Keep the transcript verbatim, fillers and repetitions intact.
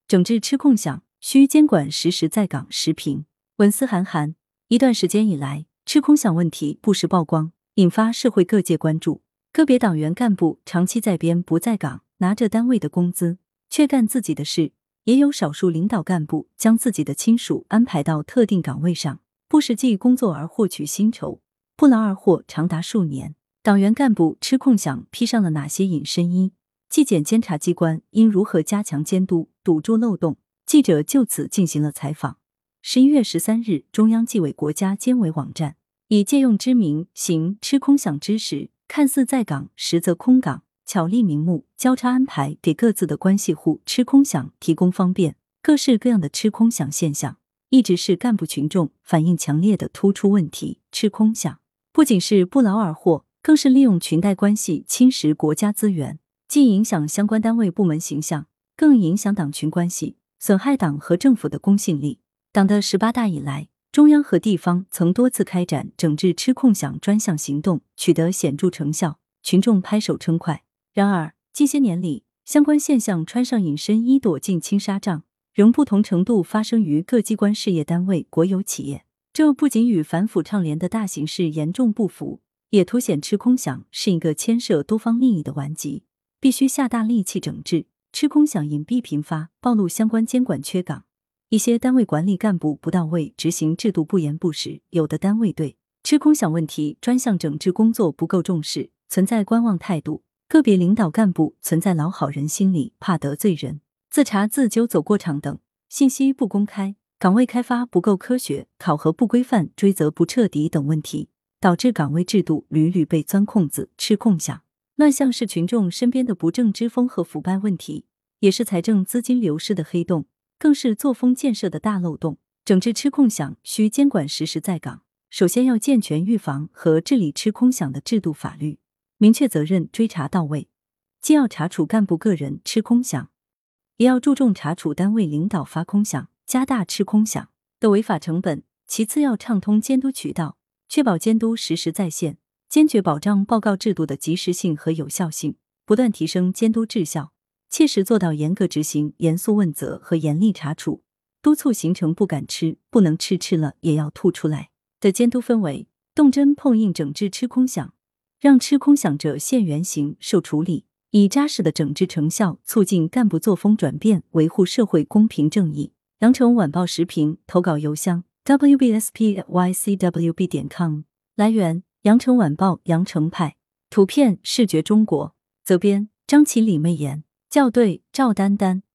整治吃空饷，需监管实时在岗时评。文思涵涵，一段时间以来，吃空饷问题不时曝光，引发社会各界关注。个别党员干部长期在编不在岗，拿着单位的工资，却干自己的事，也有少数领导干部将自己的亲属安排到特定岗位上，不实际工作而获取薪酬，不劳而获长达数年。党员干部吃空饷披上了哪些隐身衣？纪检监察机关应如何加强监督，堵住漏洞？记者就此进行了采访。十一月十三日，中央纪委国家监委网站以借用之名行吃空饷之实，看似在岗，实则空岗，巧立名目，交叉安排给各自的关系户吃空饷提供方便。各式各样的吃空饷现象，一直是干部群众反映强烈的突出问题。吃空饷不仅是不劳而获，更是利用裙带关系侵蚀国家资源，既影响相关单位部门形象，更影响党群关系，损害党和政府的公信力。党的十八大以来，中央和地方曾多次开展整治吃空饷专项行动，取得显著成效，群众拍手称快。然而，近些年里，相关现象穿上隐身衣躲进青纱帐，仍不同程度发生于各机关事业单位、国有企业。这不仅与反腐倡廉的大形势严重不符，也凸显吃空饷是一个牵涉多方利益的顽疾，必须下大力气整治。吃空饷隐蔽频发，暴露相关监管缺岗。一些单位管理干部不到位，执行制度不严不实，有的单位对吃空饷问题专项整治工作不够重视，存在观望态度。个别领导干部存在老好人心理，怕得罪人，自查自纠走过场等，信息不公开，岗位开发不够科学，考核不规范，追责不彻底等问题，导致岗位制度屡屡被钻空子、吃空饷。乱象是群众身边的不正之风和腐败问题，也是财政资金流失的黑洞，更是作风建设的大漏洞。整治吃空饷需监管实时在岗，首先要健全预防和治理吃空饷的制度法律，明确责任，追查到位。既要查处干部个人吃空饷，也要注重查处单位领导发空饷、加大吃空饷的违法成本。其次要畅通监督渠道，确保监督实时在线，坚决保障报告制度的及时性和有效性，不断提升监督质效，切实做到严格执行、严肃问责和严厉查处，督促形成不敢吃、不能吃吃了也要吐出来的监督氛围，动真碰硬整治吃空饷，让吃空饷者现原形受处理，以扎实的整治成效促进干部作风转变，维护社会公平正义。羊城晚报时评投稿邮箱 w b s p y c w b 点 com。 来源羊城晚报羊城派，图片视觉中国，责编张起李媚妍，校对赵丹丹。